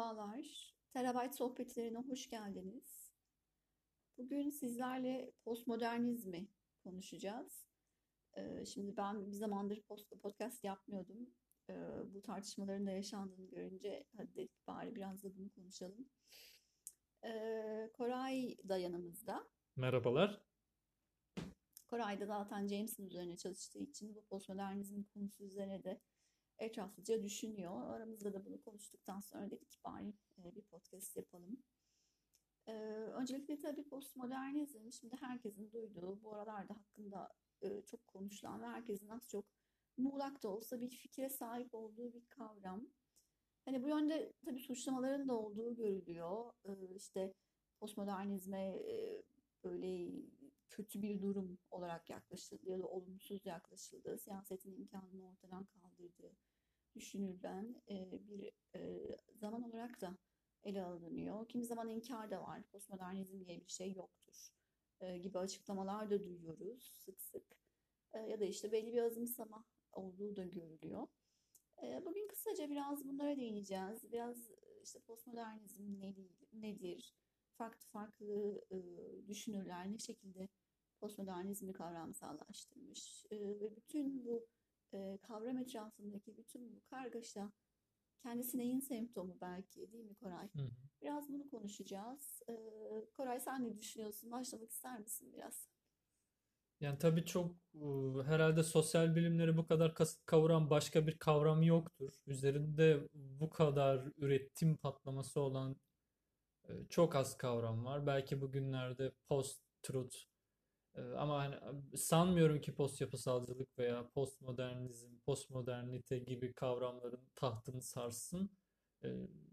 Merhabalar. Terabayt sohbetlerine hoş geldiniz. Bugün sizlerle postmodernizmi konuşacağız. Şimdi ben bir zamandır podcast yapmıyordum. Bu tartışmaların da yaşandığını görünce hadi dedik bari biraz da bunu konuşalım. Koray da yanımızda. Merhabalar. Koray da zaten James'in üzerine çalıştığı için bu postmodernizm konusu üzerine de etraflıca düşünüyor. Aramızda da bunu konuştuktan sonra dedik bari bir podcast yapalım. Öncelikle tabii postmodernizm şimdi herkesin duyduğu, bu aralarda hakkında çok konuşulan ve herkesin az çok muğlak da olsa bir fikre sahip olduğu bir kavram. Hani bu yönde tabii suçlamaların da olduğu görülüyor. İşte postmodernizme böyle kötü bir durum olarak yaklaşıldı ya da olumsuz yaklaşıldı. Siyasetin imkanını ortadan kaldırdığı düşünülen bir zaman olarak da ele alınıyor. Kimi zaman inkar da var. Postmodernizm diye bir şey yoktur gibi açıklamalar da duyuyoruz sık sık. Ya da işte belli bir azımsama olduğu da görülüyor. Bugün kısaca biraz bunlara değineceğiz. Biraz işte postmodernizm nedir? Farklı farklı düşünürler ne şekilde postmodernizmi kavramsallaştırmış ve bütün bu kavram etrafındaki bütün bu kargaşa kendisi neyin semptomu belki değil mi Koray? Hı hı. Biraz bunu konuşacağız. Koray sen ne düşünüyorsun? Başlamak ister misin biraz? Yani tabii çok herhalde sosyal bilimleri bu kadar kasıt kavuran başka bir kavram yoktur. Üzerinde bu kadar üretim patlaması olan çok az kavram var. Belki bugünlerde post-truth ama hani sanmıyorum ki post yapısalcılık veya postmodernizm, postmodernite gibi kavramların tahtını sarsın. E,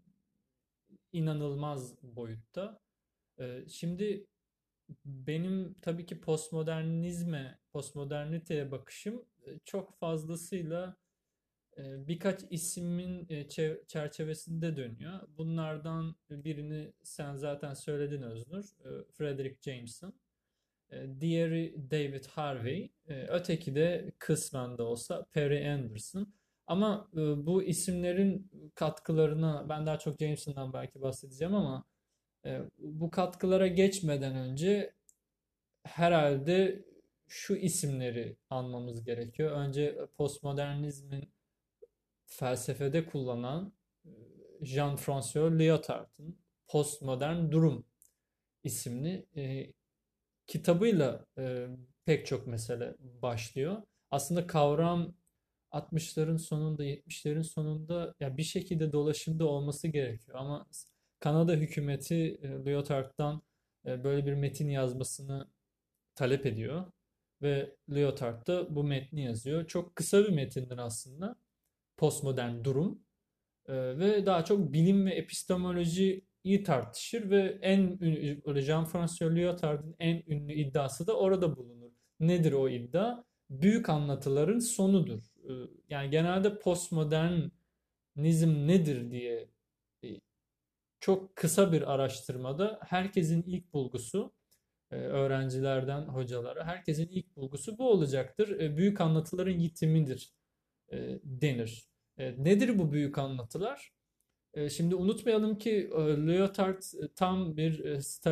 inanılmaz boyutta. Şimdi benim tabii ki postmodernizme, postmoderniteye bakışım çok fazlasıyla birkaç ismin çerçevesinde dönüyor. Bunlardan birini sen zaten söyledin Öznur, Frederick Jameson. Diğeri David Harvey, öteki de kısmen de olsa Perry Anderson. Ama bu isimlerin katkılarına ben daha çok Jameson'dan belki bahsedeceğim ama bu katkılara geçmeden önce herhalde şu isimleri anmamız gerekiyor. Önce postmodernizmin felsefede kullanan Jean-François Lyotard'ın Postmodern Durum isimli kitabıyla pek çok mesele başlıyor. Aslında kavram 60'ların sonunda, 70'lerin sonunda ya bir şekilde dolaşımda olması gerekiyor. Ama Kanada hükümeti Lyotard'dan böyle bir metin yazmasını talep ediyor ve Lyotard da bu metni yazıyor. Çok kısa bir metindir aslında. Postmodern durum. Ve daha çok bilim ve epistemolojiyi tartışır ve en ünlü, Jean-François Lyotard'ın en ünlü iddiası da orada bulunur. Nedir o iddia? Büyük anlatıların sonudur. Yani genelde postmodernizm nedir diye e, çok kısa bir araştırmada herkesin ilk bulgusu öğrencilerden hocalara herkesin ilk bulgusu bu olacaktır. Büyük anlatıların yitimidir denir. Nedir bu büyük anlatılar? Şimdi unutmayalım ki Lyotard tam bir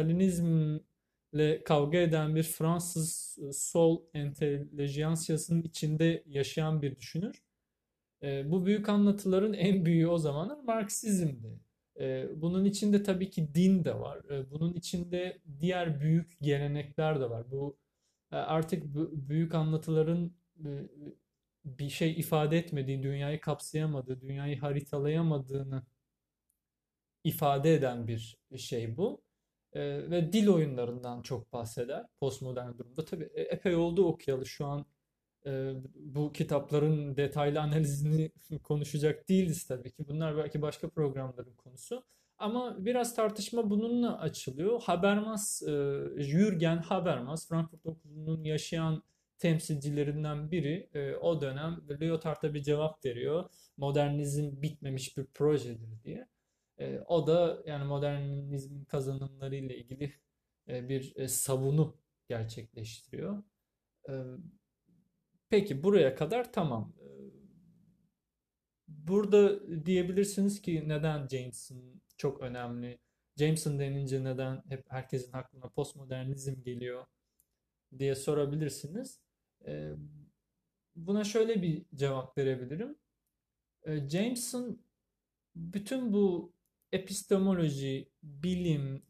Stalinizmle kavga eden bir Fransız sol entelejansiyasının içinde yaşayan bir düşünür. Bu büyük anlatıların en büyüğü o zamanlar Marksizm'di. Bunun içinde tabii ki din de var. Bunun içinde diğer büyük gelenekler de var. Bu artık büyük anlatıların bir şey ifade etmediği, dünyayı kapsayamadığı, dünyayı haritalayamadığını ifade eden bir şey bu. Ve dil oyunlarından çok bahseder postmodern durumda. Tabii epey oldu okuyalı şu an bu kitapların detaylı analizini konuşacak değiliz tabii ki. Bunlar belki başka programların konusu. Ama biraz tartışma bununla açılıyor. Habermas, Jürgen Habermas, Frankfurt Okulu'nun yaşayan temsilcilerinden biri. O dönem Lyotard'a bir cevap veriyor. Modernizm bitmemiş bir projedir diye. O da yani modernizmin kazanımları ile ilgili bir savunu gerçekleştiriyor. E, Peki buraya kadar tamam. Burada diyebilirsiniz ki neden Jameson çok önemli. Jameson denince neden hep herkesin aklına postmodernizm geliyor diye sorabilirsiniz. E, Buna şöyle bir cevap verebilirim. Jameson bütün bu epistemoloji, bilim,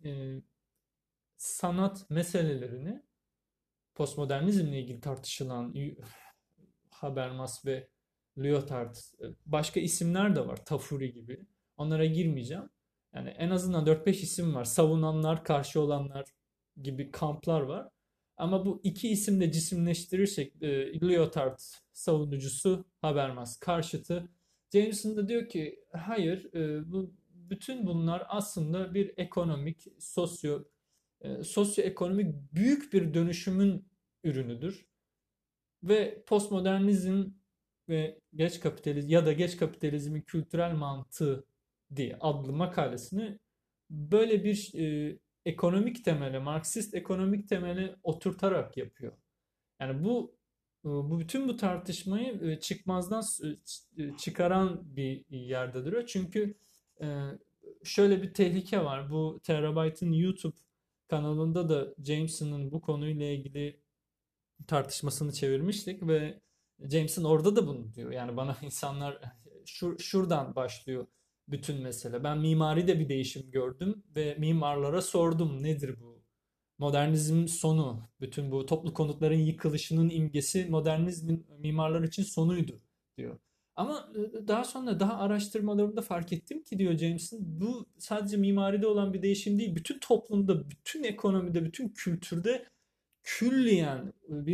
sanat meselelerini postmodernizmle ilgili tartışılan Habermas ve Lyotard, başka isimler de var. Tafuri gibi. Onlara girmeyeceğim. Yani en azından 4-5 isim var. Savunanlar, karşı olanlar gibi kamplar var. Ama bu iki isim de cisimleştirirsek Lyotard savunucusu, Habermas karşıtı. Jameson da diyor ki hayır, bütün bunlar aslında bir ekonomik, sosyoekonomik büyük bir dönüşümün ürünüdür. Ve postmodernizm ve geç kapitalizm ya da geç kapitalizmin kültürel mantığı diye adlı makalesini böyle bir ekonomik temele, Marksist ekonomik temele oturtarak yapıyor. Yani bu bütün bu tartışmayı çıkmazdan çıkaran bir yerde duruyor. Çünkü e, şöyle bir tehlike var. Bu Terabyte'ın YouTube kanalında da Jameson'ın bu konuyla ilgili tartışmasını çevirmiştik ve Jameson orada da bunu diyor. Yani bana insanlar şuradan başlıyor bütün mesele. Ben mimaride bir değişim gördüm ve mimarlara sordum nedir bu? Modernizmin sonu, bütün bu toplu konutların yıkılışının imgesi modernizmin mimarlar için sonuydu diyor. Ama daha sonra daha araştırmalarımda fark ettim ki diyor Jameson bu sadece mimaride olan bir değişim değil. Bütün toplumda, bütün ekonomide, bütün kültürde külliyen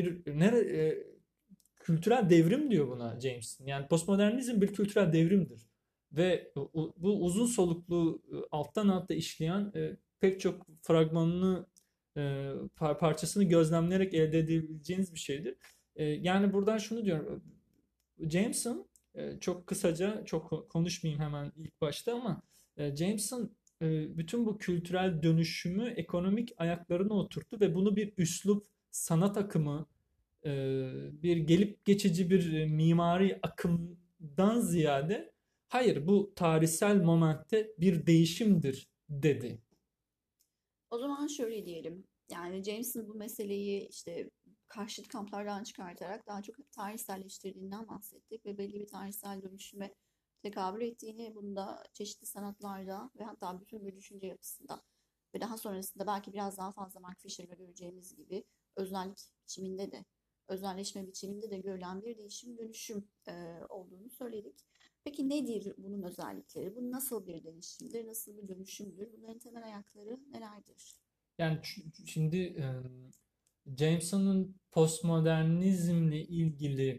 kültürel devrim diyor buna Jameson. Yani postmodernizm bir kültürel devrimdir. Ve bu uzun soluklu alttan alta işleyen pek çok fragmanını parçasını gözlemleyerek elde edebileceğiniz bir şeydir. Yani buradan şunu diyorum. Jameson çok kısaca çok konuşmayayım hemen ilk başta ama Jameson bütün bu kültürel dönüşümü ekonomik ayaklarına oturttu ve bunu bir üslup, sanat akımı, e, bir gelip geçici bir mimari akımdan ziyade hayır bu tarihsel momentte bir değişimdir dedi. O zaman şöyle diyelim. Yani James'in bu meseleyi işte karşıt kamplardan çıkartarak daha çok tarihselleştirdiğinden bahsettik ve belli bir tarihsel dönüşüme tekabül ettiğini, bunda çeşitli sanatlarda ve hatta bütün bir düşünce yapısında ve daha sonrasında belki biraz daha fazla Mark Fisher'la göreceğimiz gibi öznellik biçiminde de, öznelleşme biçiminde de görülen bir değişim dönüşüm olduğunu söyledik. Peki nedir bunun özellikleri? Bu nasıl bir değişimdir? Nasıl bir dönüşümdür? Bunların temel ayakları nelerdir? Yani şimdi Jameson'ın postmodernizmle ilgili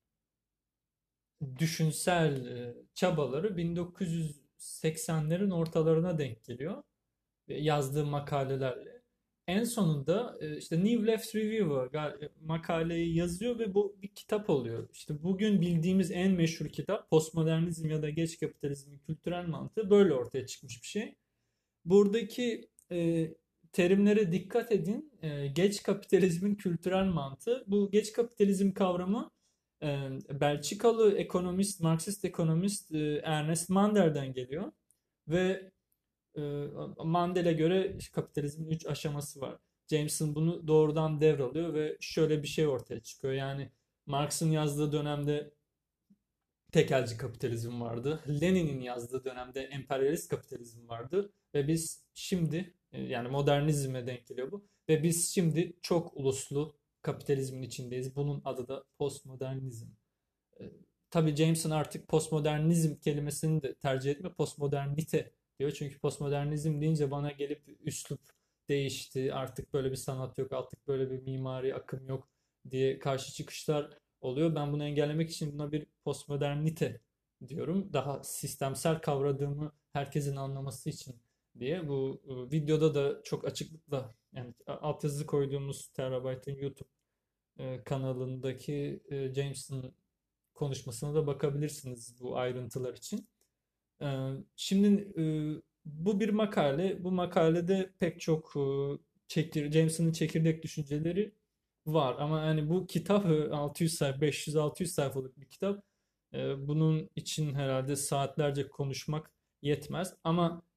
düşünsel çabaları 1980'lerin ortalarına denk geliyor. Yazdığı makalelerle. En sonunda işte New Left Review'a makaleyi yazıyor ve bu bir kitap oluyor. İşte bugün bildiğimiz en meşhur kitap Postmodernizm ya da Geç Kapitalizmin Kültürel Mantığı böyle ortaya çıkmış bir şey. Buradaki terimlere dikkat edin. Geç kapitalizmin kültürel mantığı. Bu geç kapitalizm kavramı Belçikalı ekonomist, Marksist ekonomist Ernest Mandel'den geliyor. Ve Mandel'e göre kapitalizmin 3 aşaması var. Jameson bunu doğrudan devralıyor ve şöyle bir şey ortaya çıkıyor. Yani Marx'ın yazdığı dönemde tekelci kapitalizm vardı. Lenin'in yazdığı dönemde emperyalist kapitalizm vardı. Ve biz şimdi yani modernizme denk geliyor bu. Ve biz şimdi çok uluslu kapitalizmin içindeyiz. Bunun adı da postmodernizm. E, tabii Jameson artık postmodernizm kelimesini de tercih etmiyor. Postmodernite diyor. Çünkü postmodernizm deyince bana gelip üslup değişti. Artık böyle bir sanat yok. Artık böyle bir mimari akım yok diye karşı çıkışlar oluyor. Ben bunu engellemek için buna bir postmodernite diyorum. Daha sistemsel kavradığımı herkesin anlaması için diye. Bu videoda da çok açıklıkla yani altyazı koyduğumuz Terabyte'ın YouTube kanalındaki Jameson konuşmasına da bakabilirsiniz bu ayrıntılar için. Şimdi bu bir makale. Bu makalede pek çok Jameson'ın çekirdek düşünceleri var. Ama yani bu kitap 600 sayfa, 500-600 sayfalık bir kitap. Bunun için herhalde saatlerce konuşmak yetmez. Ama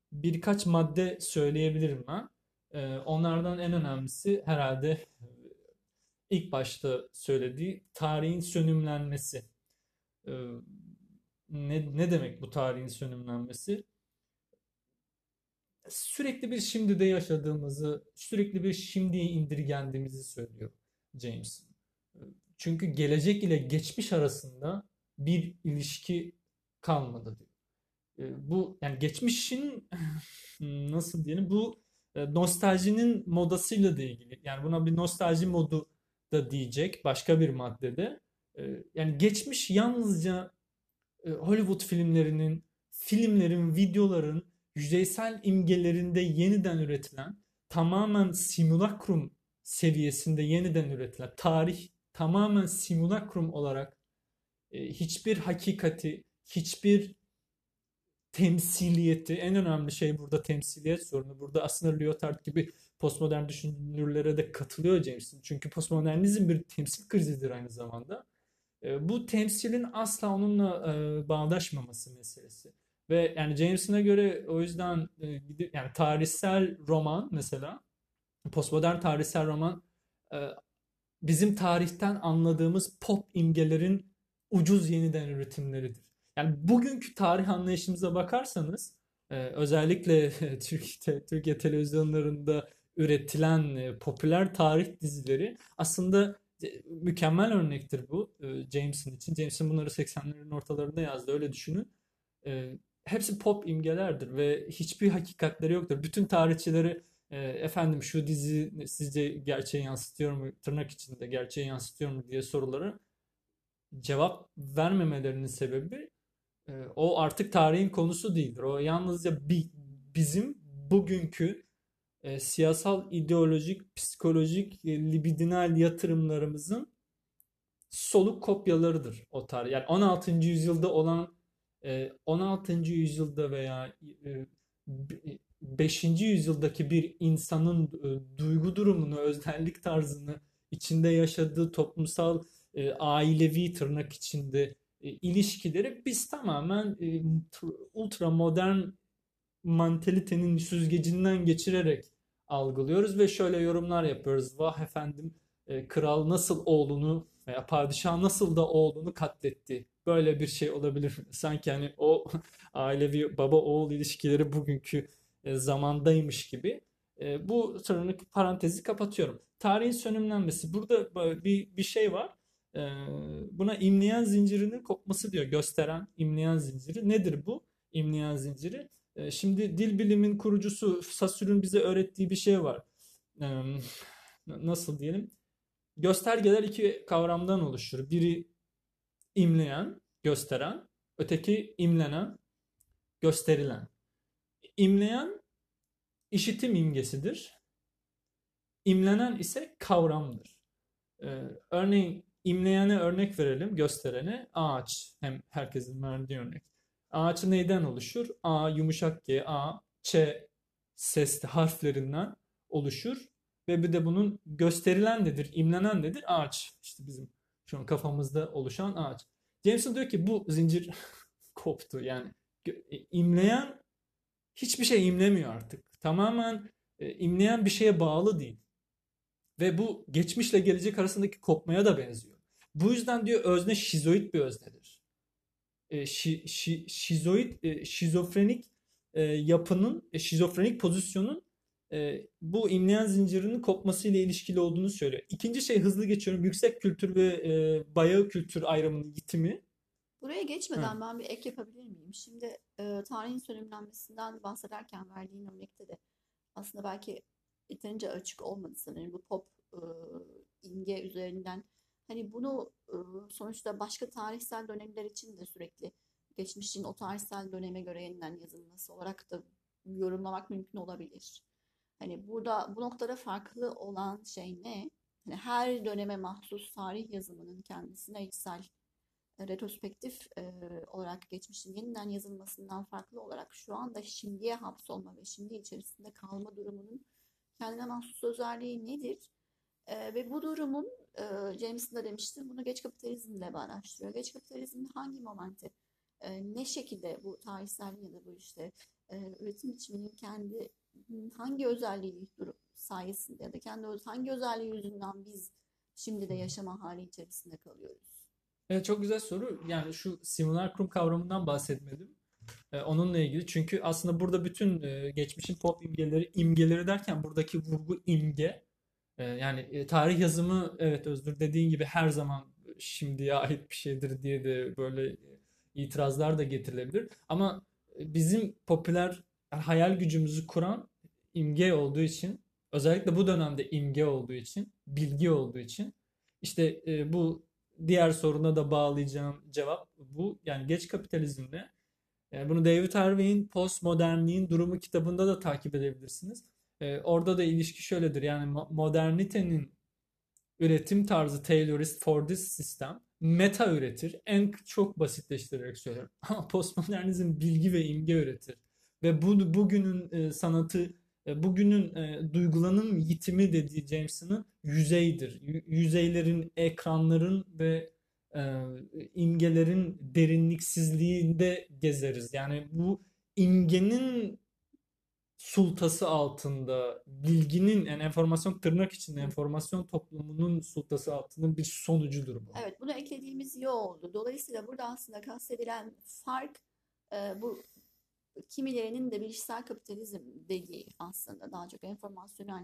birkaç madde söyleyebilirim ben. Onlardan en önemlisi herhalde ilk başta söylediği tarihin sönümlenmesi. Ee, ne demek bu tarihin sönümlenmesi? Sürekli bir şimdide yaşadığımızı, sürekli bir şimdiye indirgendiğimizi söylüyor James. Çünkü gelecek ile geçmiş arasında bir ilişki kalmadı diyor. Bu yani geçmişin nasıl diyelim bu nostaljinin modasıyla da ilgili. Yani buna bir nostalji modu da diyecek başka bir maddede. Yani geçmiş yalnızca Hollywood filmlerin, videoların yüzeysel imgelerinde yeniden üretilen, tamamen simulakrum seviyesinde yeniden üretilen, tarih tamamen simulakrum olarak hiçbir hakikati, hiçbir temsiliyeti, en önemli şey burada temsiliyet sorunu. Burada aslında Lyotard gibi postmodern düşünürlere de katılıyor James'in. Çünkü postmodernizm bir temsil krizidir aynı zamanda. Bu temsilin asla onunla bağdaşmaması meselesi. Ve yani James'ine göre o yüzden yani tarihsel roman mesela postmodern tarihsel roman e, bizim tarihten anladığımız pop imgelerin ucuz yeniden üretimleridir. Yani bugünkü tarih anlayışımıza bakarsanız özellikle Türkiye televizyonlarında üretilen popüler tarih dizileri aslında mükemmel örnektir bu James'in için. James'in bunları 80'lerin ortalarında yazdı öyle düşünün. Hepsi pop imgelerdir ve hiçbir hakikatleri yoktur. Bütün tarihçileri efendim şu dizi sizce gerçeği yansıtıyor mu, tırnak içinde gerçeği yansıtıyor mu diye soruları cevap vermemelerinin sebebi o artık tarihin konusu değildir. O yalnızca bizim bugünkü siyasal, ideolojik, psikolojik, libidinal yatırımlarımızın soluk kopyalarıdır o tarih. Yani 16. yüzyılda olan 16. yüzyılda veya 5. yüzyıldaki bir insanın duygu durumunu, öznellik tarzını, içinde yaşadığı toplumsal, ailevi tırnak içinde ilişkileri biz tamamen ultra modern mantalitenin süzgecinden geçirerek algılıyoruz ve şöyle yorumlar yapıyoruz. Vah efendim kral nasıl oğlunu veya padişah nasıl da oğlunu katletti. Böyle bir şey olabilir mi? Sanki hani o ailevi baba oğul ilişkileri bugünkü zamandaymış gibi. Bu tırnak parantezi kapatıyorum. Tarihin sönümlenmesi. Burada bir şey var. E, Buna imleyen zincirinin kopması diyor. Gösteren imleyen zinciri. Nedir bu? İmleyen zinciri. Şimdi dil bilimin kurucusu Saussure'un bize öğrettiği bir şey var. Ee, Nasıl diyelim? Göstergeler iki kavramdan oluşur. Biri imleyen, gösteren, öteki imlenen, gösterilen. İmleyen işitim imgesidir. İmlenen ise kavramdır. Örneğin imleyene örnek verelim, gösterene ağaç. Hem herkesin verdiği örnek. Ağaç neyden oluşur? A, yumuşak G, A, Ç sesli harflerinden oluşur. Ve bir de bunun gösterilen nedir, imlenen nedir? Ağaç. İşte bizim şu an kafamızda oluşan ağaç. Jameson diyor ki bu zincir koptu. Yani imleyen hiçbir şey imlemiyor artık. Tamamen imleyen bir şeye bağlı değil. Ve bu geçmişle gelecek arasındaki kopmaya da benziyor. Bu yüzden diyor özne şizoid bir öznedir. Şizofrenik yapının, şizofrenik pozisyonun bu imleyen zincirinin kopmasıyla ilişkili olduğunu söylüyor. İkinci şey hızlı geçiyorum. Yüksek kültür ve bayağı kültür ayrımının yitimi. Buraya Ha. geçmeden ben bir ek yapabilir miyim? Şimdi tarihin sönümlenmesinden bahsederken verdiğin örnekte de aslında belki yeterince açık olmadı sanırım bu pop e, imge üzerinden. Hani bunu sonuçta başka tarihsel dönemler için de sürekli geçmişin o tarihsel döneme göre yeniden yazılması olarak da yorumlamak mümkün olabilir. Hani burada bu noktada farklı olan şey ne? Hani her döneme mahsus tarih yazımının kendisine içsel retrospektif olarak geçmişin yeniden yazılmasından farklı olarak şu anda şimdiye hapsolma ve şimdi içerisinde kalma durumunun kendine mahsus özelliği nedir? Ve bu durumun James'in de demişti bunu geç kapitalizmle bağdaştırıyor. Geç kapitalizmin hangi momente ne şekilde bu tarihsel ya da bu işte üretim biçiminin kendi hangi özelliği sayesinde ya da hangi özelliği yüzünden biz şimdi de yaşama hali içerisinde kalıyoruz? Evet, çok güzel soru. Yani şu simulacrum kavramından bahsetmedim. Onunla ilgili. Çünkü aslında burada bütün geçmişin pop imgeleri derken buradaki vurgu imge. Yani tarih yazımı, evet Özgür dediğin gibi, her zaman şimdiye ait bir şeydir diye de böyle itirazlar da getirilebilir. Ama bizim popüler hayal gücümüzü kuran imge olduğu için, özellikle bu dönemde imge olduğu için, bilgi olduğu için, işte bu diğer soruna da bağlayacağım cevap bu. Yani geç kapitalizmle, bunu David Harvey'in Postmodernliğin Durumu kitabında da takip edebilirsiniz. Orada da ilişki şöyledir. Yani modernitenin üretim tarzı Taylorist Fordist sistem meta üretir. En çok basitleştirerek söylüyorum. Ama postmodernizm bilgi ve imge üretir. Ve bu bugünün sanatı, bugünün duygulanım yitimi dediği Jameson'ın yüzeydir. Yüzeylerin, ekranların ve e, imgelerin derinliksizliğinde gezeriz. Yani bu imgenin sultası altında, bilginin, yani enformasyon, tırnak içinde enformasyon toplumunun sultası altında bir sonucudur bu. Evet, bunu eklediğimiz iyi oldu. Dolayısıyla burada aslında kastedilen fark, bu kimilerinin de bilişsel kapitalizm dediği, aslında daha çok enformasyonel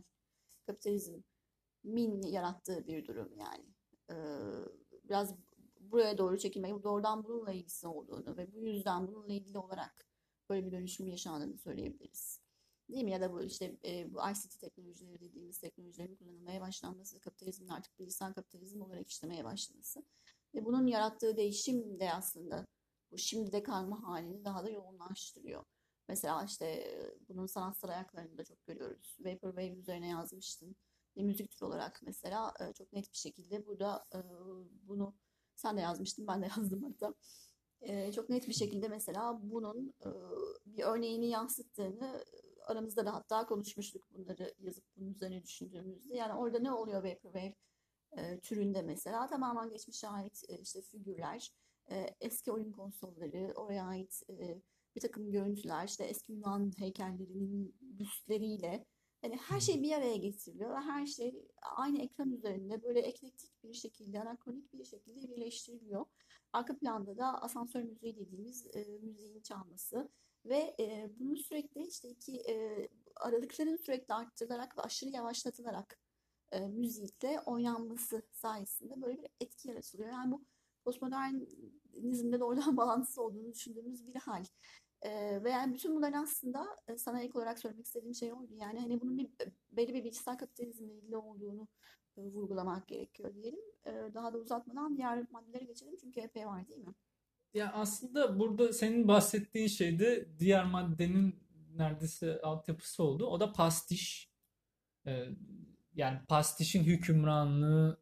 kapitalizmin yarattığı bir durum yani. E, Biraz buraya doğru çekilmek, doğrudan bununla ilgisi olduğunu ve bu yüzden bununla ilgili olarak böyle bir dönüşüm yaşandığını söyleyebiliriz. Değil mi? Ya da bu işte bu ICT teknolojileri dediğimiz teknolojilerin kullanılmaya başlanması, kapitalizmin artık bilgisayar kapitalizm olarak işlemeye başlaması ve bunun yarattığı değişim de aslında bu şimdide kalma halini daha da yoğunlaştırıyor. Mesela işte bunun sanatsal ayaklarını da çok görüyoruz. Vaporwave üzerine yazmıştım. Müzik türü olarak mesela çok net bir şekilde burada bunu sen de yazmıştın, ben de yazdım hatta. Çok net bir şekilde mesela bunun bir örneğini yansıttığını aramızda da hatta konuşmuştuk, bunları yazıp bunun üzerine düşündüğümüzde. Yani orada ne oluyor Vaporwave türünde mesela? Tamamen geçmişe ait işte figürler, eski oyun konsolları, oraya ait bir takım görüntüler, işte eski Yunan heykellerinin büstleriyle, hani her şey bir araya getiriliyor ve her şey aynı ekran üzerinde böyle eklektik bir şekilde, anakronik bir şekilde birleştiriliyor. Arka planda da asansör müziği dediğimiz müziğin çalması ve bunun sürekli işte aralıkların sürekli arttırılarak ve aşırı yavaşlatılarak müzikle oynanması sayesinde böyle bir etki yaratılıyor. Yani bu postmodernizmle doğrudan bağlantısı olduğunu düşündüğümüz bir hal. Ve yani bütün bunların aslında sana ilk olarak söylemek istediğim şey oydu. Yani hani bunun belli bir bilgisayar kapitalizmle ilgili olduğunu vurgulamak gerekiyor diyelim. Daha da uzatmadan diğer maddelere geçelim çünkü epey var değil mi? Ya aslında burada senin bahsettiğin şey de diğer maddenin neredeyse altyapısı oldu. O da pastiş. Ee, Yani pastişin hükümranlığı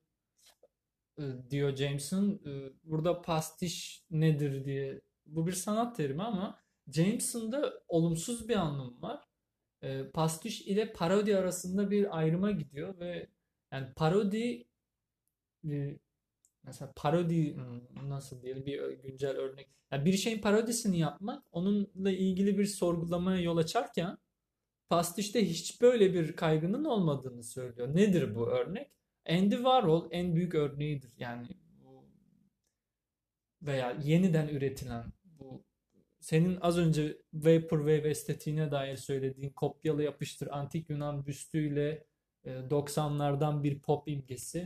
diyor Jameson. Burada pastiş nedir diye. Bu bir sanat terimi ama Jameson'da olumsuz bir anlamı var. Pastiş ile parodi arasında bir ayrıma gidiyor ve yani parodi, e, mesela parodi, nasıl diyelim, bir güncel örnek. Yani bir şeyin parodisini yapmak onunla ilgili bir sorgulamaya yol açarken pastişte hiç böyle bir kaygının olmadığını söylüyor. Nedir bu örnek? Andy Warhol en büyük örneğidir. Yani bu, veya yeniden üretilen bu, senin az önce Vaporwave estetiğine dair söylediğin kopyala yapıştır antik Yunan büstüyle 90'lardan bir pop imgesi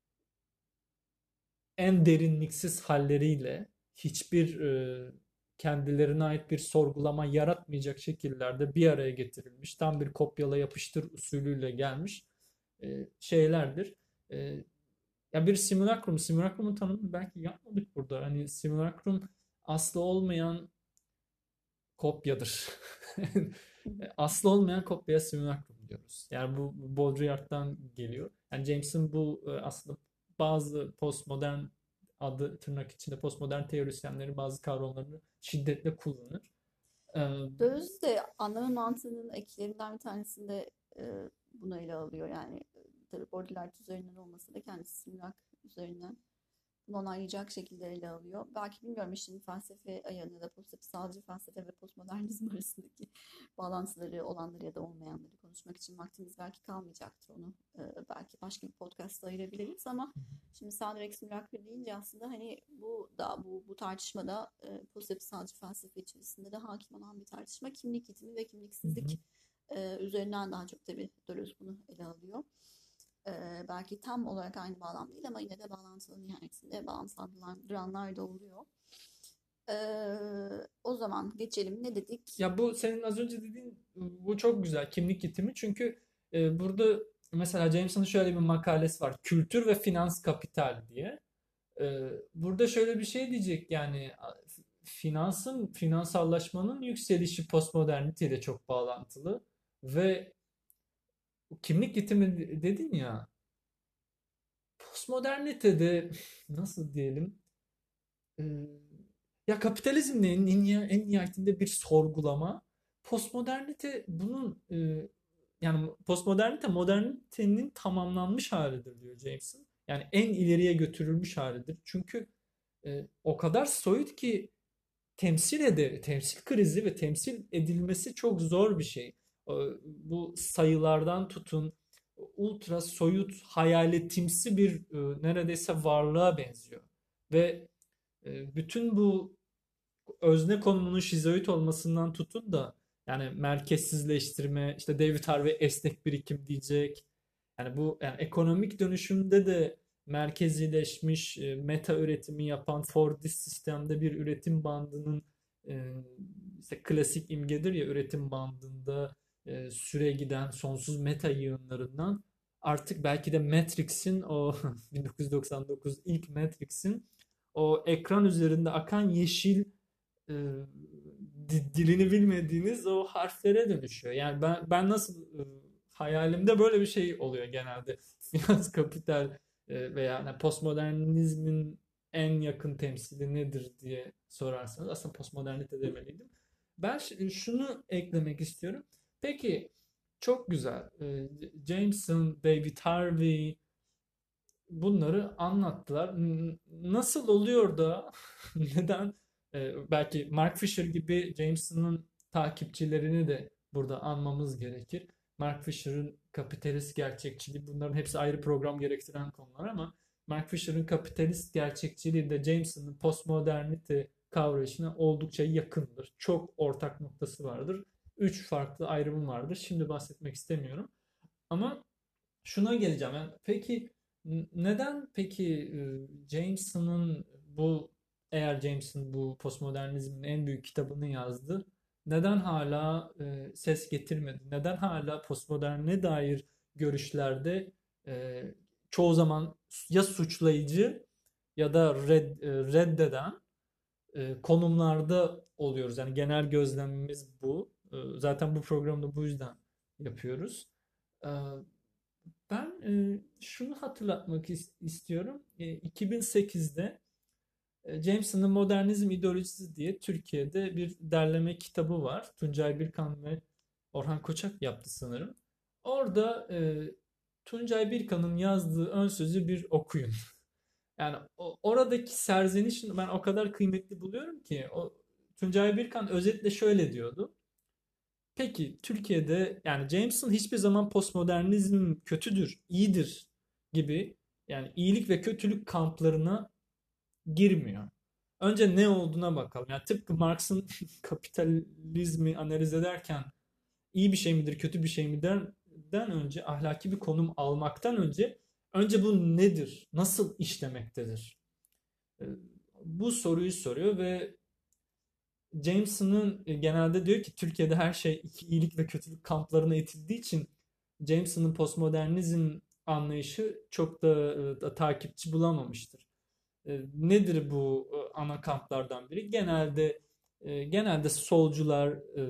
en derinliksiz halleriyle hiçbir kendilerine ait bir sorgulama yaratmayacak şekillerde bir araya getirilmiş, tam bir kopyala yapıştır usulüyle gelmiş şeylerdir. E, Ya bir simulacrumun tanımını belki yapmadık burada. Hani simulacrum aslı olmayan kopyadır. Aslı olmayan kopyaya simülakrum diyoruz. Yani bu Baudrillard'dan geliyor. Yani James'in bu aslında bazı postmodern, adı tırnak içinde postmodern teorisyenlerin bazı kavramlarını şiddetle kullanır. E, Söz de anlamı mantığının eklerinden bir tanesinde bunu ele alıyor. Yani tabii Baudrillard üzerinden olmasa da kendisi Simlak üzerinden bunu onaylayacak şekilde ele alıyor. Belki bilmiyorum işin felsefe ayağını ya da pozitif sağcı felsefe ve postmodernizm arasındaki bağlantıları olanları ya da olmayanları konuşmak için vaktimiz belki kalmayacaktır. Onu belki başka bir podcast'ta ayırabiliriz ama şimdi sağ direkt simülakür deyince aslında hani bu tartışmada pozitif sağcı felsefe içerisinde de hakim olan bir tartışma kimlik itimi ve kimliksizlik üzerinden daha çok tabii Deleuze bunu ele alıyor. Belki tam olarak aynı bağlam değil ama yine de bağlantılı nihayetinde bağlantılandıranlar da oluyor. O zaman geçelim. Ne dedik? Ya bu senin az önce dediğin bu çok güzel kimlik itimi çünkü burada mesela Jameson'ın şöyle bir makalesi var. Kültür ve finans kapital diye. Burada şöyle bir şey diyecek yani finansallaşmanın yükselişi postmoderniteyle çok bağlantılı ve kimlik itimi dedin ya postmodernitede nasıl diyelim e, ya kapitalizm en nihayetinde bir sorgulama. Postmodernite bunun yani postmodernite modernitenin tamamlanmış halidir diyor Jameson. Yani en ileriye götürülmüş halidir. Çünkü o kadar soyut ki temsil krizi ve temsil edilmesi çok zor bir şey. Bu sayılardan tutun ultra soyut hayaletimsi bir neredeyse varlığa benziyor. Ve bütün bu özne konumunun şizoid olmasından tutun da yani merkezsizleştirme, işte David Harvey esnek birikim diyecek. Yani bu yani ekonomik dönüşümde de merkezileşmiş meta üretimi yapan Fordist sistemde bir üretim bandının e, işte klasik imgedir ya üretim bandında süre giden sonsuz meta yığınlarından artık belki de Matrix'in o 1999 ilk Matrix'in o ekran üzerinde akan yeşil e, dilini bilmediğiniz o harflere dönüşüyor. Yani ben nasıl hayalimde böyle bir şey oluyor genelde. Finans kapital veya yani postmodernizmin en yakın temsili nedir diye sorarsanız aslında postmodernite demeliydim. Ben şunu eklemek istiyorum. Peki çok güzel. Jameson, David Harvey bunları anlattılar. Nasıl oluyor da neden belki Mark Fisher gibi Jameson'ın takipçilerini de burada anmamız gerekir. Mark Fisher'ın kapitalist gerçekçiliği bunların hepsi ayrı program gerektiren konular ama Mark Fisher'ın kapitalist gerçekçiliği de Jameson'ın postmodernite kavrayışına oldukça yakındır. Çok ortak noktası vardır. Üç farklı ayrımı vardır. Şimdi bahsetmek istemiyorum. Ama şuna geleceğim. Yani peki neden peki Jameson'ın bu eğer Jameson bu postmodernizmin en büyük kitabını yazdı, neden hala ses getirmedi? Neden hala postmoderne dair görüşlerde e, çoğu zaman ya suçlayıcı ya da reddeden konumlarda oluyoruz. Yani genel gözlemimiz bu. Zaten bu programda bu yüzden yapıyoruz. E, Ben şunu hatırlatmak istiyorum. 2008'de Jameson'ın Modernizm İdeolojisi diye Türkiye'de bir derleme kitabı var. Tuncay Birkan ve Orhan Koçak yaptı sanırım. Orada Tuncay Birkan'ın yazdığı ön sözü bir okuyun. Yani oradaki serzenişini ben o kadar kıymetli buluyorum ki Tuncay Birkan özetle şöyle diyordu. Peki Türkiye'de yani Jameson hiçbir zaman postmodernizm kötüdür, iyidir gibi yani iyilik ve kötülük kamplarına girmiyor. Önce ne olduğuna bakalım. Yani tıpkı Marx'ın kapitalizmi analiz ederken iyi bir şey midir, kötü bir şey midirden önce ahlaki bir konum almaktan önce bu nedir? Nasıl işlemektedir? Ee, Bu soruyu soruyor ve Jameson'ın genelde diyor ki Türkiye'de her şey iki iyilik ve kötülük kamplarına itildiği için Jameson'ın postmodernizm anlayışı çok da takipçi bulamamıştır. Nedir bu ana kamplardan biri? Genelde solcular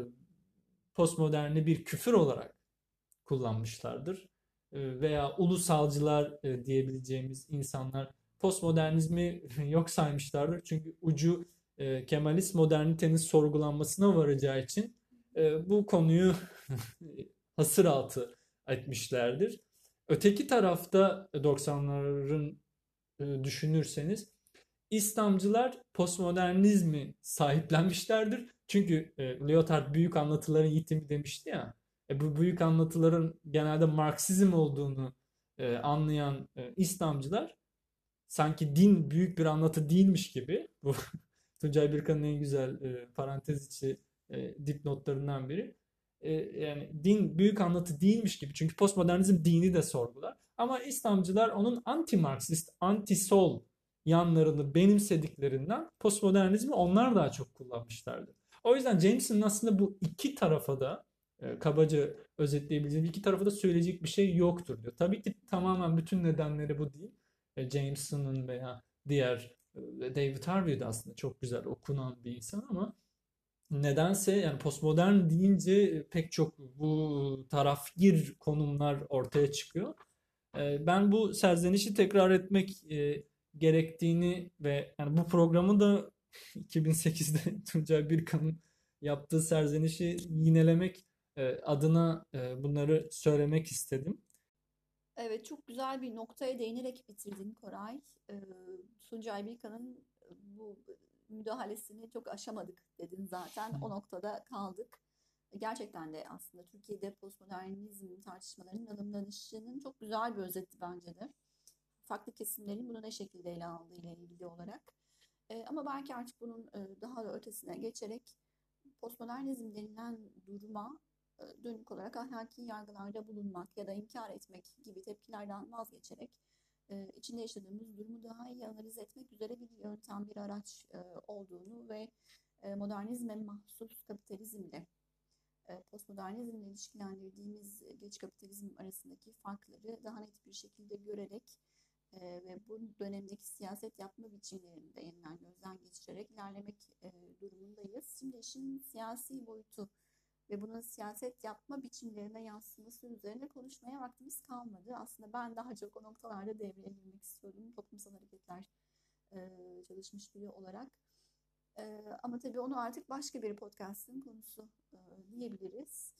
postmoderni bir küfür olarak kullanmışlardır. Veya ulusalcılar diyebileceğimiz insanlar postmodernizmi yok saymışlardır. Çünkü ucu Kemalist modernitenin sorgulanmasına varacağı için bu konuyu hasır altı etmişlerdir. Öteki tarafta 90'ların düşünürseniz İslamcılar postmodernizmi sahiplenmişlerdir. Çünkü Lyotard büyük anlatıların yitimi demişti ya. Bu büyük anlatıların genelde Marksizm olduğunu anlayan İslamcılar sanki din büyük bir anlatı değilmiş gibi, bu Tuncay Birkan'ın en güzel parantez içi dipnotlarından biri. Yani din büyük anlatı değilmiş gibi. Çünkü postmodernizm dini de sorgular. Ama İslamcılar onun anti-Marksist, anti-sol yanlarını benimsediklerinden postmodernizmi onlar daha çok kullanmışlardı. O yüzden James'in aslında bu iki tarafa da kabaca özetleyebileceğim iki tarafa da söyleyecek bir şey yoktur diyor. Tabii ki tamamen bütün nedenleri bu değil. Jameson'ın veya diğer David Harvey de aslında çok güzel okunan bir insan ama nedense yani postmodern deyince pek çok bu tarafgir konumlar ortaya çıkıyor. Ben bu serzenişi tekrar etmek gerektiğini ve yani bu programı da 2008'de Tuncay Birkan'ın yaptığı serzenişi yinelemek adına bunları söylemek istedim. Evet, çok güzel bir noktaya değinerek bitirdin Koray. Tuncay Bilkan'ın bu müdahalesini çok aşamadık dedin zaten. O noktada kaldık. Gerçekten de aslında Türkiye'de postmodernizm tartışmalarının alımlanışının çok güzel bir özeti bence de. Farklı kesimlerin bunu ne şekilde ele aldığı ile ilgili olarak. Ama belki artık bunun daha da ötesine geçerek postmodernizm denilen duruma dönük olarak ahlaki yargılarda bulunmak ya da inkar etmek gibi tepkilerden vazgeçerek içinde yaşadığımız durumu daha iyi analiz etmek üzere bir yöntem, bir araç olduğunu ve modernizme mahsus kapitalizmle postmodernizmle ilişkilendirdiğimiz geç kapitalizm arasındaki farkları daha net bir şekilde görerek ve bu dönemdeki siyaset yapma biçimlerinde yeniden gözden geçirerek ilerlemek durumundayız. Şimdi işin siyasi boyutu ve bunun siyaset yapma biçimlerine yansıması üzerine konuşmaya vaktimiz kalmadı. Aslında ben daha çok o noktalarda devreye girmek istiyordum. Toplumsal hareketler çalışmış biri olarak. Ama tabii onu artık başka bir podcast'ın konusu diyebiliriz.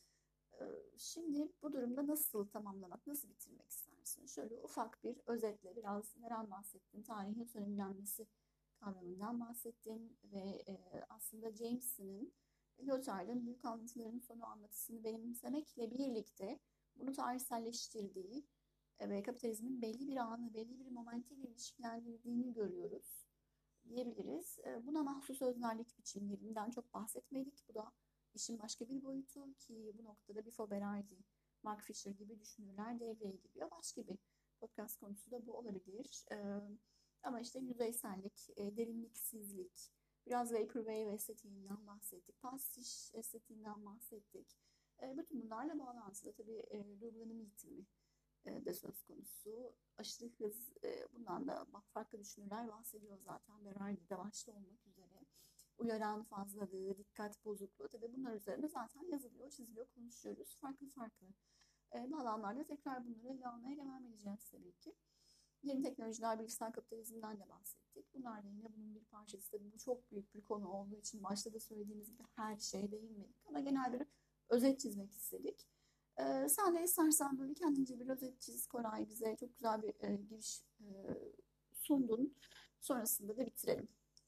Şimdi bu durumda nasıl tamamlamak, nasıl bitirmek istersin? Şöyle ufak bir özetle biraz neden bahsettin? Tarihin sönümlenmesi kavramından bahsettin ve aslında Jameson'ın Lyotard'ın büyük anlatıların sonu anlatısını benimsemekle birlikte bunu tarihselleştirdiği ve kapitalizmin belli bir anı, belli bir momentiyle ilişkilendirdiğini görüyoruz diyebiliriz. Buna mahsus öznerlik biçimlerinden çok bahsetmedik. Bu da işin başka bir boyutu ki bu noktada Bifo Berardi, Mark Fisher gibi düşünürler devreye giriyor. Başka bir podcast konusu da bu olabilir. Ama işte yüzeysellik, derinliksizlik, biraz Vaporwave estetiğinden bahsettik, pastiş estetiğinden bahsettik. Bütün bunlarla bağlantılı tabii duygulanım yitimi de söz konusu. Aşırı hız, bundan da farklı düşünürler bahsediyor zaten. Berardi'de başta olmak üzere. Uyaran fazlalığı, dikkat bozukluğu. Tabii bunlar üzerine zaten yazılıyor, çiziliyor, konuşuyoruz. Farklı farklı bağlamlarda tekrar bunları ele almaya devam edeceğiz tabii ki. Yeni teknolojiler, bilgisayar kapitalizmden de bahsettik. Bunlar da yine bunun bir parçası. Tabii bu çok büyük bir konu olduğu için başta da söylediğimiz gibi her şeye değinmedik. Ama genel bir özet çizmek istedik. Sen de istersen böyle kendince bir özet çiz Koray, bize çok güzel bir giriş sundun. Sonrasında da bitirelim.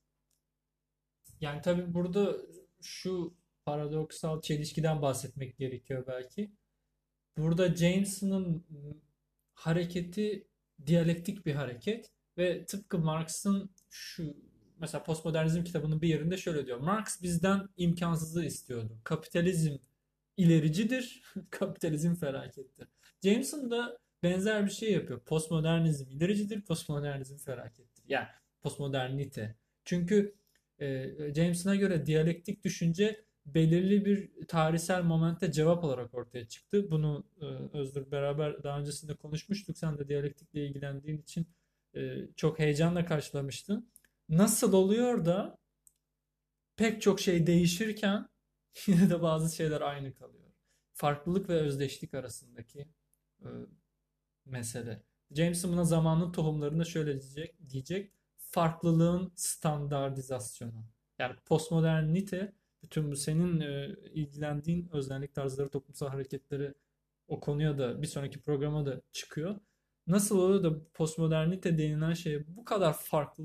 Yani tabii burada şu paradoksal çelişkiden bahsetmek gerekiyor belki. Burada Jameson'ın hareketi diyalektik bir hareket ve tıpkı Marx'ın şu mesela Postmodernizm kitabının bir yerinde şöyle diyor. Marx bizden imkansızı istiyordu. Kapitalizm ilericidir, kapitalizm felakettir. Jameson da benzer bir şey yapıyor. Postmodernizm ilericidir, postmodernizm felakettir. Yani postmodernite. Çünkü Jameson'a göre diyalektik düşünce belirli bir tarihsel momente cevap olarak ortaya çıktı. Bunu Özgür beraber daha öncesinde konuşmuştuk. Sen de diyalektikle ilgilendiğin için çok heyecanla karşılamıştın. Nasıl oluyor da pek çok şey değişirken yine de bazı şeyler aynı kalıyor. Farklılık ve özdeşlik arasındaki e, mesele. Jameson buna zamanın tohumlarında şöyle diyecek. Farklılığın standartizasyonu. Yani postmodernite bütün bu senin ilgilendiğin öznellik tarzları, toplumsal hareketleri o konuya da bir sonraki programa da çıkıyor. Nasıl oluyor da postmodernite denilen şeye bu kadar farklılık,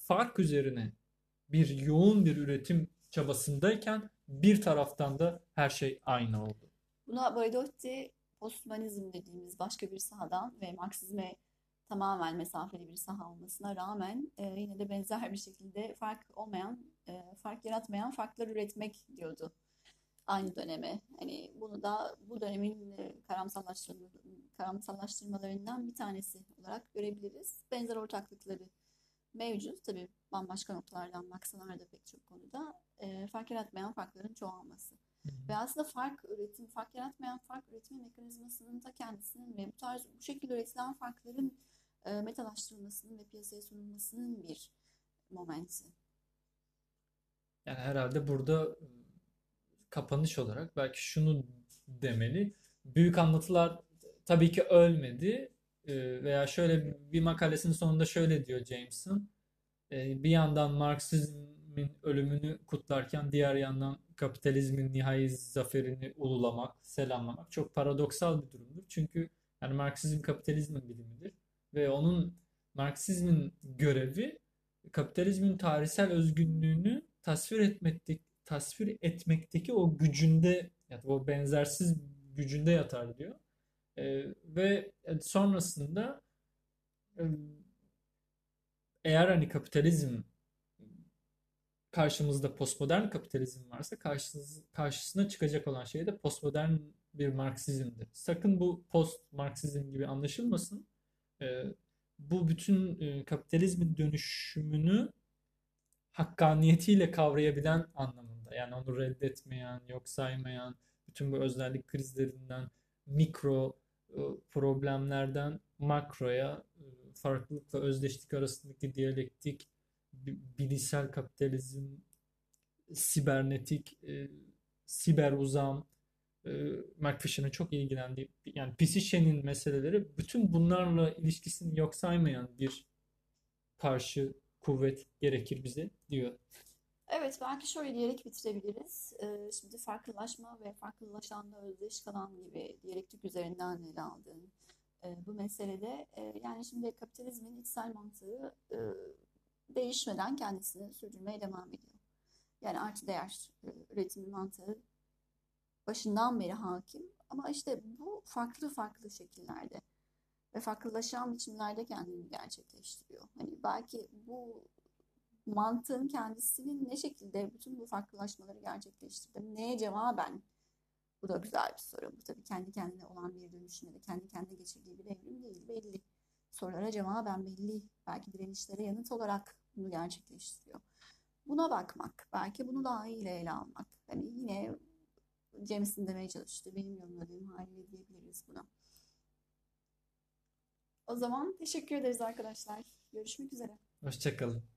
fark üzerine yoğun bir üretim çabasındayken bir taraftan da her şey aynı oldu. Buna Baridotti postmodernizm dediğimiz başka bir sahadan ve Marksizme tamamen mesafeli bir saha olmasına rağmen yine de benzer bir şekilde fark yaratmayan farklar üretmek diyordu aynı döneme. Hani bunu da bu dönemin karamsallaştırmalarından bir tanesi olarak görebiliriz. Benzer ortaklıkları mevcut. Tabii bambaşka noktalardan baksalar da pek çok konuda fark yaratmayan farkların çoğalması. Ve aslında fark yaratmayan fark üretme mekanizmasının da kendisinin ve bu şekilde üretilen farkların metalaştırılmasının ve piyasaya sunulmasının bir momenti. Yani herhalde burada kapanış olarak belki şunu demeli. Büyük anlatılar tabii ki ölmedi. Veya şöyle bir makalesinin sonunda şöyle diyor Jameson. Bir yandan Marksizmin ölümünü kutlarken diğer yandan kapitalizmin nihai zaferini ululamak, selamlamak çok paradoksal bir durumdur. Çünkü yani Marksizm kapitalizmin bilimidir ve Marksizmin görevi kapitalizmin tarihsel özgünlüğünü tasvir etmekteki o gücünde, yani o benzersiz gücünde yatar diyor. Ve sonrasında e, eğer hani karşımızda postmodern kapitalizm varsa karşısına çıkacak olan şey de postmodern bir Marksizmdir. Sakın bu post Marksizm gibi anlaşılmasın. Ee, Bu bütün kapitalizmin dönüşümünü hakkaniyetiyle kavrayabilen anlamında. Yani onu reddetmeyen, yok saymayan, bütün bu özellik krizlerinden, mikro problemlerden makroya, farklılıkla özdeşlik arasındaki diyalektik, bilişsel kapitalizm, sibernetik, siber uzam, Mark Fisher'ın çok ilgilendiği, yani Pisişen'in meseleleri bütün bunlarla ilişkisini yok saymayan bir karşı kuvvet gerekir bize diyor. Evet, belki şöyle diyerek bitirebiliriz. Şimdi farklılaşma ve farklılaşanla özdeş kalan gibi diyalektik üzerinden ele aldığım bu meselede yani şimdi kapitalizmin içsel mantığı değişmeden kendisini sürdürmeye devam ediyor. Yani artı değer üretimi mantığı başından beri hakim ama işte bu farklı şekillerde ve farklılaşan biçimlerde kendini gerçekleştiriyor. Hani belki bu mantığın kendisinin ne şekilde bütün bu farklılaşmaları gerçekleştirdi? Neye cevaben? Bu da güzel bir soru. Bu tabii kendi kendine olan bir dönüşüm ya da kendi kendine geçirdiği bir evrim değil. Belli. Sorulara cevaben belli. Belki direnişlere yanıt olarak bunu gerçekleştiriyor. Buna bakmak. Belki bunu daha iyi ele almak. Yani yine James'in demeye çalıştığı benim yorumladığım haliyle diyebiliriz buna. O zaman teşekkür ederiz arkadaşlar. Görüşmek üzere. Hoşçakalın.